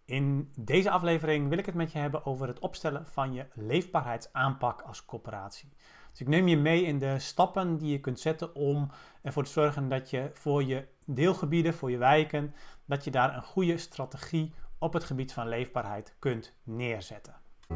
In deze aflevering wil ik het met je hebben over het opstellen van je leefbaarheidsaanpak als corporatie. Dus ik neem je mee in de stappen die je kunt zetten om ervoor te zorgen dat je voor je deelgebieden, voor je wijken, dat je daar een goede strategie op het gebied van leefbaarheid kunt neerzetten.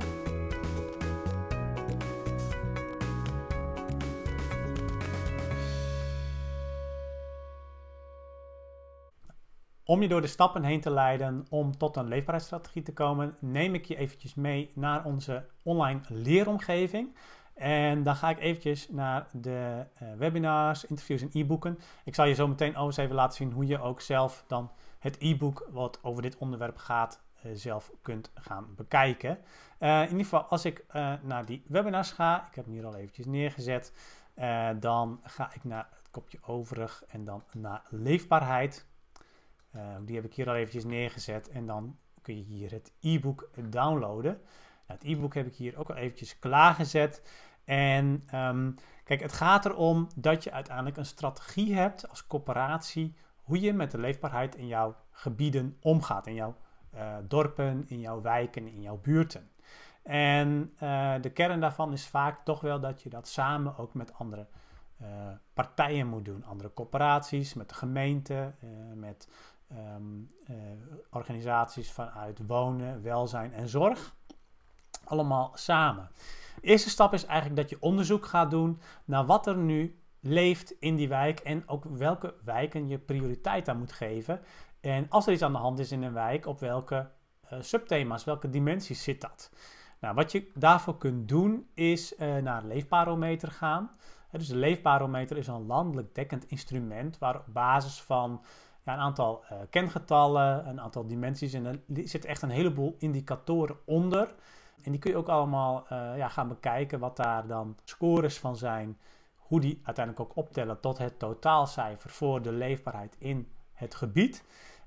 Om je door de stappen heen te leiden om tot een leefbaarheidsstrategie te komen, neem ik je eventjes mee naar onze online leeromgeving. En dan ga ik eventjes naar de webinars, interviews en e-boeken. Ik zal je zo meteen ook eens even laten zien hoe je ook zelf dan het e-book wat over dit onderwerp gaat zelf kunt gaan bekijken. In ieder geval als ik naar die webinars ga, ik heb hem hier al eventjes neergezet, dan ga ik naar het kopje overig en dan naar leefbaarheid. Die heb ik hier al eventjes neergezet en dan kun je hier het e-book downloaden. Nou, het e-book heb ik hier ook al eventjes klaargezet. En kijk, het gaat erom dat je uiteindelijk een strategie hebt als corporatie hoe je met de leefbaarheid in jouw gebieden omgaat. In jouw dorpen, in jouw wijken, in jouw buurten. En de kern daarvan is vaak toch wel dat je dat samen ook met andere partijen moet doen. Andere corporaties, met de gemeente, met organisaties vanuit wonen, welzijn en zorg. Allemaal samen. De eerste stap is eigenlijk dat je onderzoek gaat doen naar wat er nu leeft in die wijk en ook welke wijken je prioriteit aan moet geven. En als er iets aan de hand is in een wijk, op welke subthema's, welke dimensies zit dat? Nou, wat je daarvoor kunt doen is naar een leefbarometer gaan. Dus de leefbarometer is een landelijk dekkend instrument waar op basis van een aantal kengetallen, een aantal dimensies en er zitten echt een heleboel indicatoren onder. En die kun je ook allemaal gaan bekijken wat daar dan scores van zijn, hoe die uiteindelijk ook optellen tot het totaalcijfer voor de leefbaarheid in het gebied.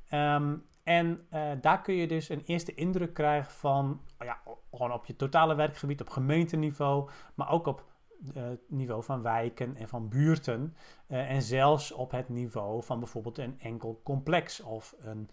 Daar kun je dus een eerste indruk krijgen van, gewoon op je totale werkgebied, op gemeenteniveau, maar ook op het niveau van wijken en van buurten. En zelfs op het niveau van bijvoorbeeld een enkel complex of een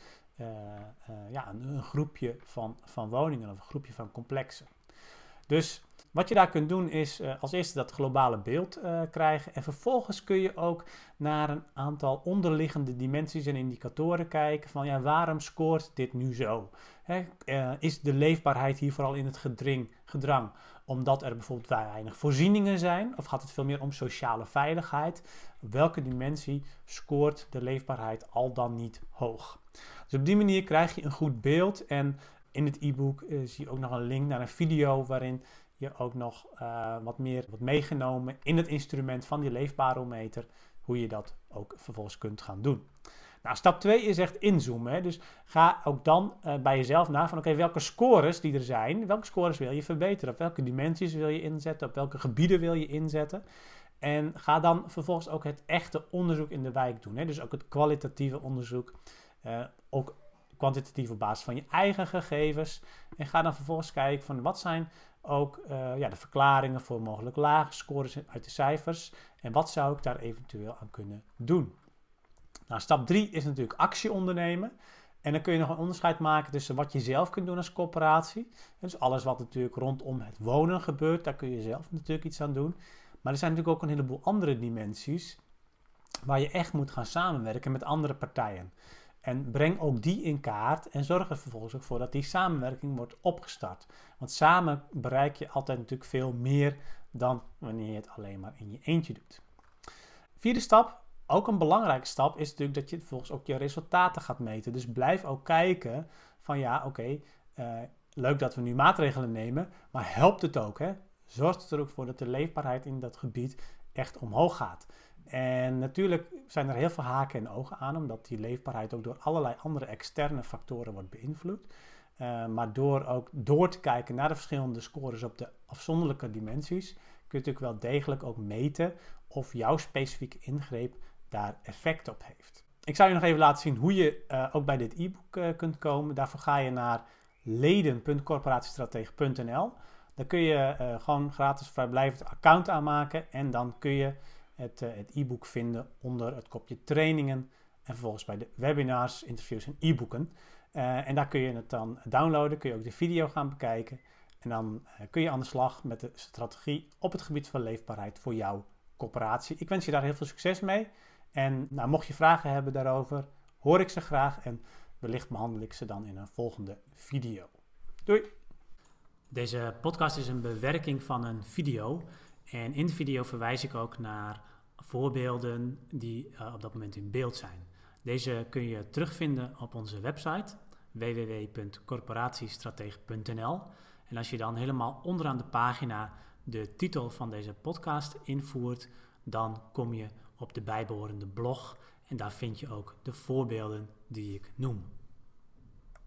groepje van woningen of een groepje van complexen. Dus wat je daar kunt doen is als eerste dat globale beeld krijgen. En vervolgens kun je ook naar een aantal onderliggende dimensies en indicatoren kijken van waarom scoort dit nu zo? Is de leefbaarheid hier vooral in het gedrang omdat er bijvoorbeeld weinig voorzieningen zijn? Of gaat het veel meer om sociale veiligheid? Op welke dimensie scoort de leefbaarheid al dan niet hoog? Dus op die manier krijg je een goed beeld. En in het e-book zie je ook nog een link naar een video waarin je ook nog wat meer wordt meegenomen in het instrument van die leefbarometer. Hoe je dat ook vervolgens kunt gaan doen. Nou, stap 2 is echt inzoomen. Hè? Dus ga ook dan bij jezelf na van welke scores die er zijn, welke scores wil je verbeteren? Op welke dimensies wil je inzetten? Op welke gebieden wil je inzetten? En ga dan vervolgens ook het echte onderzoek in de wijk doen. Hè? Dus ook het kwalitatieve onderzoek. Ook kwantitatief op basis van je eigen gegevens. En ga dan vervolgens kijken van wat zijn ook de verklaringen voor mogelijk lage scores uit de cijfers. En wat zou ik daar eventueel aan kunnen doen? Nou, stap 3 is natuurlijk actie ondernemen. En dan kun je nog een onderscheid maken tussen wat je zelf kunt doen als corporatie. Dus alles wat natuurlijk rondom het wonen gebeurt, daar kun je zelf natuurlijk iets aan doen. Maar er zijn natuurlijk ook een heleboel andere dimensies waar je echt moet gaan samenwerken met andere partijen. En breng ook die in kaart en zorg er vervolgens ook voor dat die samenwerking wordt opgestart. Want samen bereik je altijd natuurlijk veel meer dan wanneer je het alleen maar in je eentje doet. Vierde stap, ook een belangrijke stap, is natuurlijk dat je vervolgens ook je resultaten gaat meten. Dus blijf ook kijken van leuk dat we nu maatregelen nemen, maar helpt het ook? Hè? Zorgt er ook voor dat de leefbaarheid in dat gebied echt omhoog gaat. En natuurlijk zijn er heel veel haken en ogen aan, omdat die leefbaarheid ook door allerlei andere externe factoren wordt beïnvloed. Maar door te kijken naar de verschillende scores op de afzonderlijke dimensies, kun je natuurlijk wel degelijk ook meten of jouw specifieke ingreep daar effect op heeft. Ik zal je nog even laten zien hoe je ook bij dit e-book kunt komen. Daarvoor ga je naar leden.corporatiestratege.nl. Daar kun je gewoon gratis vrijblijvend account aanmaken en dan kun je het e-book vinden onder het kopje trainingen en vervolgens bij de webinars, interviews en e-boeken. En daar kun je het dan downloaden, kun je ook de video gaan bekijken. En dan kun je aan de slag met de strategie op het gebied van leefbaarheid voor jouw corporatie. Ik wens je daar heel veel succes mee. En mocht je vragen hebben daarover, hoor ik ze graag en wellicht behandel ik ze dan in een volgende video. Doei! Deze podcast is een bewerking van een video. En in de video verwijs ik ook naar voorbeelden die op dat moment in beeld zijn. Deze kun je terugvinden op onze website www.corporatiestratege.nl. En als je dan helemaal onderaan de pagina de titel van deze podcast invoert, dan kom je op de bijbehorende blog en daar vind je ook de voorbeelden die ik noem.